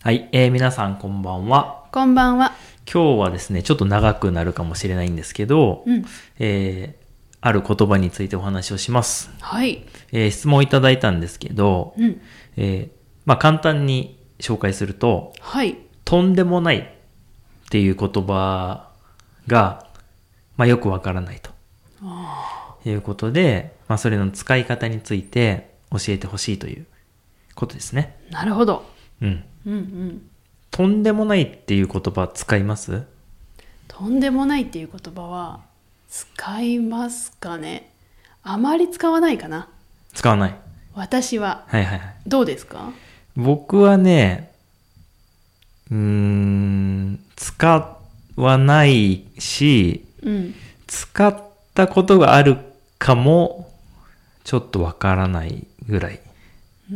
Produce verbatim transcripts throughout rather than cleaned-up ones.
はい、えー、皆さんこんばんは。 こんばんは。 今日はですね、ちょっと長くなるかもしれないんですけど、 うん、 えー、ある言葉についてお話をします。 はい。 えー、質問いただいたんですけど、 うん、 えー、まあ簡単に紹介すると、 はい。 とんでもないっていう言葉が、まあよくわからないということで、まあそれの使い方について教えてほしいということですね。 なるほど。 うん。 うんうん。 とんでもないっていう言葉使います？ とんでもないっていう言葉は使いますかね。あまり使わないかな。 使わない。 私は。 はいはいはい。 どうですか？ 僕はね、うーん、使わないし、 うん。 使ったことがあるかも、ちょっとわからないぐらい。 うん。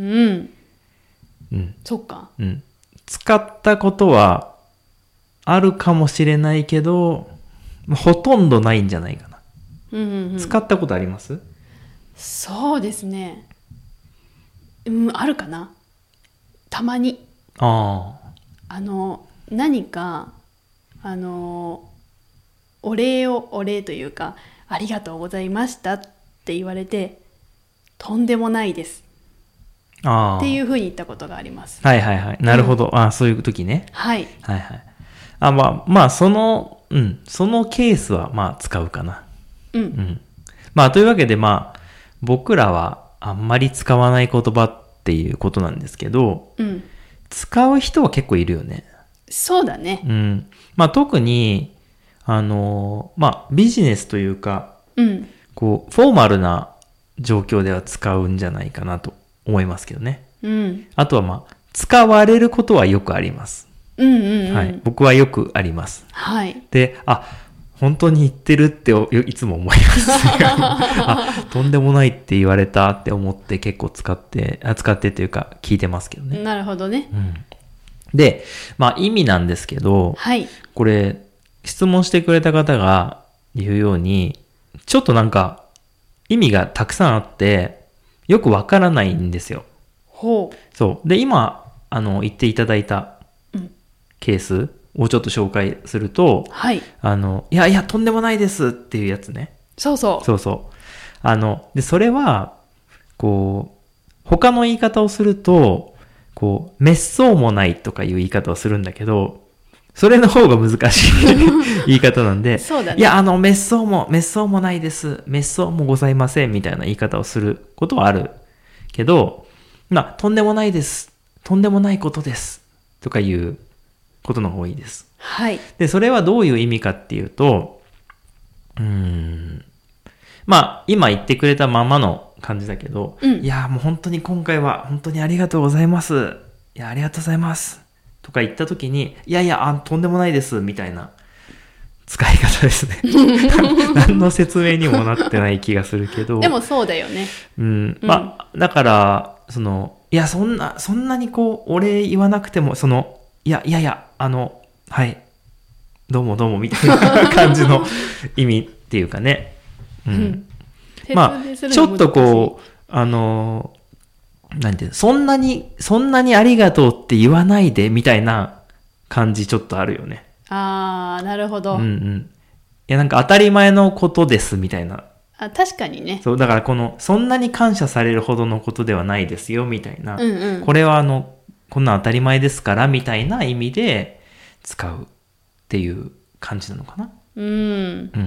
うん。 そっか。 うん。使ったことはあるかもしれないけど、ほとんどないんじゃないかな。 うんうんうん。 使ったことあります？ そうですね。うん、あるかな。たまに。 ああの、何か、あの、お礼を、お礼というか、ありがとうございましたって言われて、とんでもないですあ。ああ。 っていうふうに言ったことがあります。 はいはいはい。なるほど。うん、ああ、そういう時ね。 はい。 はいはい。あ、まあ、まあ、その、うん、そのケースは、まあ、使うかな。 うん。 うん。まあ、というわけで、まあ、僕らはあんまり使わない言葉っていうことなんですけど、 うん。 使う人は結構いるよね。 そうだね。 うん。まあ、特に、あの、まあ、ビジネスというか、 うん。 こう、フォーマルな状況では使うんじゃないかなと思いますけどね。 うん。 あとは、まあ、使われることはよくあります。 うんうんうん。 はい。僕はよくあります。 はい。 で、あ、本当に言ってるっていつも思いますあ。とんでもないって言われたって思って結構使って、あ使ってというか聞いてますけどね。 なるほどね。 うん。で、まあ意味なんですけど、 はい。 これ質問してくれた方が言うように、ちょっとなんか意味がたくさんあってよくわからないんですよ。 ほう。 そう。で、今、あの、言っていただいたうんケースをちょっと紹介すると、 はい。 あの、いやいや、とんでもないですっていうやつね。 そうそう。 そうそう。あの、で、それは、こう、他の言い方をすると、こう、滅相もないとかいう言い方をするんだけど、それの方が難しい言い方なんで、 そうだね。 いや、あの、滅相も、滅相もないです。滅相もございません。みたいな言い方をすることはあるけど、まあ、とんでもないです。とんでもないことです。とかいうことの方がいいです。 はい。 で、それはどういう意味かっていうと、うーん、まあ、今言ってくれたままの感じだけど、 うん、 いや、もう本当に今回は本当にありがとうございます。いや、ありがとうございます。とか言ったときに、いやいや、あ、とんでもないです。みたいな使い方ですね。何の説明にもなってない気がするけど。 でもそうだよね。 うん。まあ、だから、その、いや、そんな、そんなにこう、お礼言わなくても、その、いや、いやいや、あの、はい、どうもどうもみたいな感じの意味っていうかね。うん。うん、まあ、ちょっとこう、あの、なんていうの、そんなに、そんなにありがとうって言わないでみたいな感じちょっとあるよね。 あー、なるほど。 うんうん。いや、なんか当たり前のことですみたいな。 あ、確かにね。 そう、だからこの、そんなに感謝されるほどのことではないですよみたいな。 うんうん。 これはあの、こんな当たり前ですからみたいな意味で使うっていう感じなのかな。 うん。うん。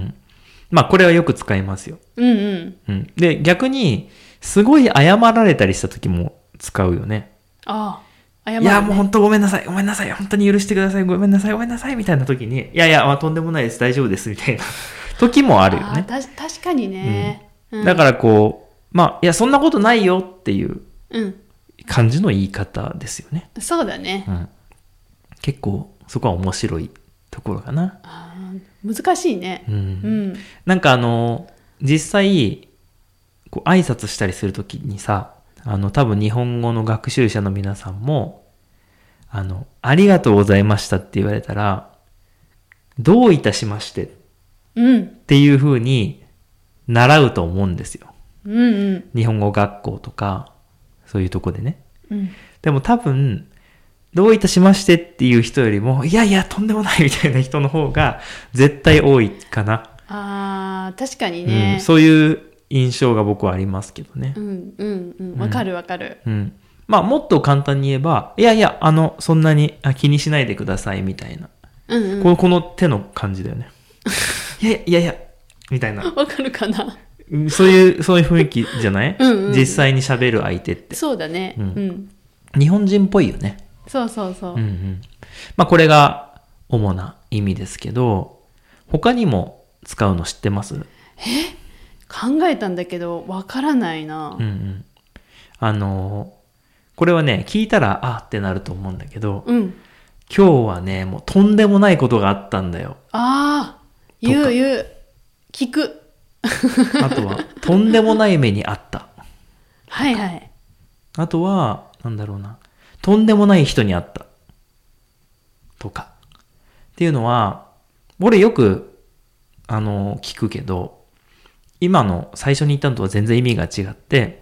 まあこれはよく使いますよ。 うんうん。 うん。で、逆に、すごい謝られたりした時も使うよね。 ああ、謝る、 ね。いや、もう本当ごめんなさい。ごめんなさい。本当に許してください。ごめんなさい。ごめんなさい。みたいな時に、いやいや、まあ、とんでもないです。大丈夫です。みたいな時もあるよね。 あ、た確かにね、 うん。だからこう、まあ、いや、そんなことないよっていう感じの言い方ですよね。 うん、そうだね。 うん。結構、そこは面白いところかな。 あ、難しいね。 うん。 うん、 なんかあの、実際、こう挨拶したりするときにさ、あの、多分日本語の学習者の皆さんも、あの、ありがとうございましたって言われたら、どういたしまして、 うん、 っていう風に習うと思うんですよ。 うんうん、 日本語学校とか、そういうとこでね。 うん、 でも多分、 どういたしましてっていう人よりも、いやいや、とんでもないみたいな人の方が絶対多いかな。 あー、確かにね。 うん、そういう印象が僕はありますけどね。 うんうんうん。わかるわかる。 うん。まあ、もっと簡単に言えば、いやいや、あの、そんなにあ気にしないでくださいみたいな。 うんうん。 この、この手の感じだよね。いやいやいやいや、みたいな。 わかるかな。 そういう、そういう雰囲気じゃない？ うんうん。 実際に喋る相手って。 そうだね。 ううんん。 日本人っぽいよね。 そうそうそう。 うんうん。まあ、これが主な意味ですけど、他にも使うの知ってます？ 考えたんだけど、わからないな。 うんうん。あのーこれはね、聞いたら、あーってなると思うんだけど、 うん。 今日はね、もうとんでもないことがあったんだよ。 あー、言う言う。聞く。 あとは、とんでもない目にあった。 はいはい。 あとは、なんだろうな。とんでもない人に会った。とか。っていうのは、俺よく、あの、聞くけど、今の最初に言ったのとは全然意味が違って、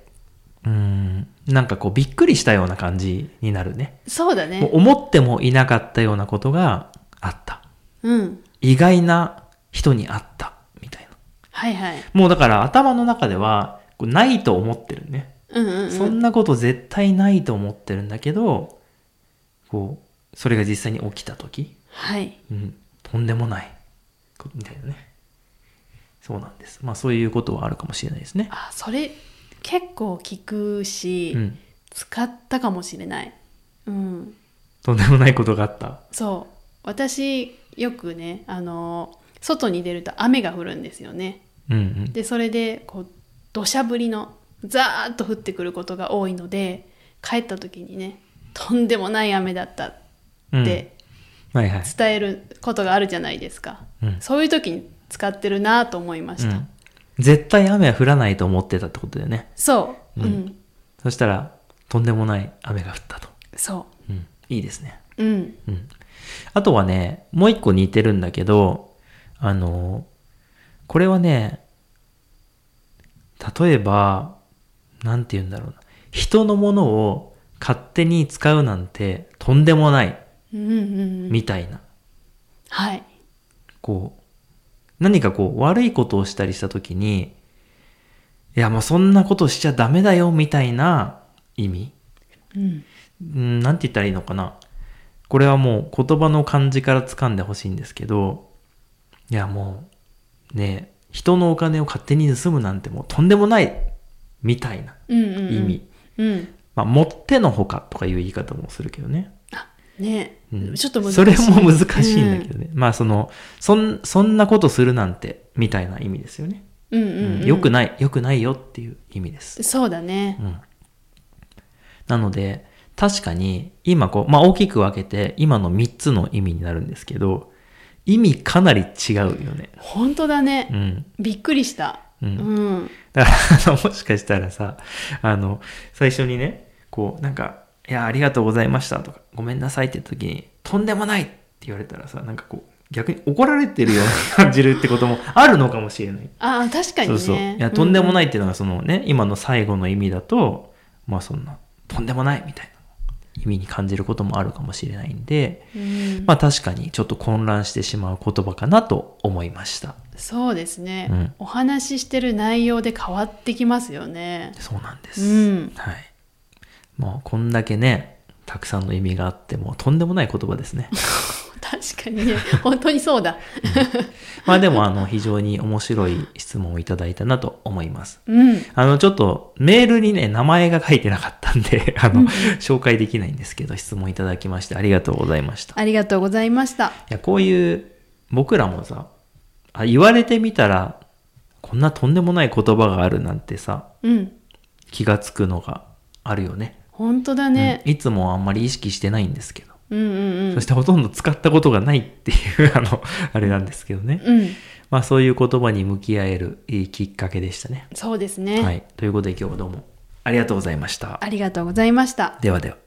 うーん、なんかこうびっくりしたような感じになるね。 そうだね。 もう思ってもいなかったようなことがあった。 うん。 意外な人に会った。みたいな。 はいはい。 もうだから頭の中では、こうないと思ってるね。 うんうんうん。 そんなこと絶対ないと思ってるんだけど、こう、それが実際に起きたとき、 はい。 うん、とんでもないみたいなね。そうなんです。まあそういうことはあるかもしれないですね。 あ、それ結構聞くし、 うん、 使ったかもしれない。うん。 とんでもないことがあった。 そう。私よくね、あの外に出ると雨が降るんですよね。 うんうん、 でそれでこう土砂降りのザーッと降ってくることが多いので、帰った時にね、とんでもない雨だったってはいはい、 伝えることがあるじゃないですか。 うん、 そういう時に使ってるなと思いました、 うん。絶対雨は降らないと思ってたってことだよね。 そう、うん、うん、 そしたらとんでもない雨が降ったと。 そう、 うん、いいですね。 うん、 うん。あとはね、もう一個似てるんだけど、あのこれはね、例えばなんて言うんだろうな、人のものを勝手に使うなんてとんでもない、 うんうんうん、 みたいな。 はい。 こう何かこう悪いことをしたりしたときに、いやもうそんなことしちゃダメだよみたいな意味。 うん。 うん、なんて言ったらいいのかな。これはもう言葉の漢字から掴んでほしいんですけど、いやもうね、人のお金を勝手に盗むなんてもうとんでもないみたいな意味。 うんうんうん、 まあ、もってのほかとかいう言い方もするけどね。 あ、ね、 うん、 ちょっと難しい。 それも難しいんだけどね。うん、まあその、そん、そんなことするなんてみたいな意味ですよね。 うんうんうんうん、 よくない、よくないよっていう意味です。 そうだね。 うん。なので、確かに今こう、まあ大きく分けて今のみっつの意味になるんですけど、意味かなり違うよね。 本当だね。 うん。 びっくりした。 うん。 うん、 だからもしかしたらさ、あの、最初にね、こう、なんか、いや、ありがとうございましたとか、ごめんなさいって時に、とんでもないって言われたらさ、なんかこう、逆に怒られてるような感じるってこともあるのかもしれない。 ああ、確かにね。 そうそう。いや、とんでもないっていうのがそのね、うんうん、今の最後の意味だと、まあそんな、とんでもないみたいな意味に感じることもあるかもしれないんで、うん、まあ確かにちょっと混乱してしまう言葉かなと思いました。 そうですね、 うん、 お話ししてる内容で変わってきますよね。 そうなんです。 うん、 はい。もうこんだけね、たくさんの意味があってもとんでもない言葉ですね。 確かにね、本当にそうだ。 うん、まあでもあの非常に面白い質問をいただいたなと思います。 うん、 あのちょっとメールにね名前が書いてなかったんであの、うん、紹介できないんですけど、質問いただきましてありがとうございました。 ありがとうございました。いやこういう僕らもさ、あ言われてみたらこんなとんでもない言葉があるなんてさ、 うん、 気がつくのがあるよね。 本当だね、 うん、いつもあんまり意識してないんですけど、 うんうんうん、 そしてほとんど使ったことがないっていうあのあれなんですけどね、 うん、 まあそういう言葉に向き合えるいいきっかけでしたね。 そうですね。 はい、ということで今日はどうもありがとうございました。 ありがとうございました。 ではでは。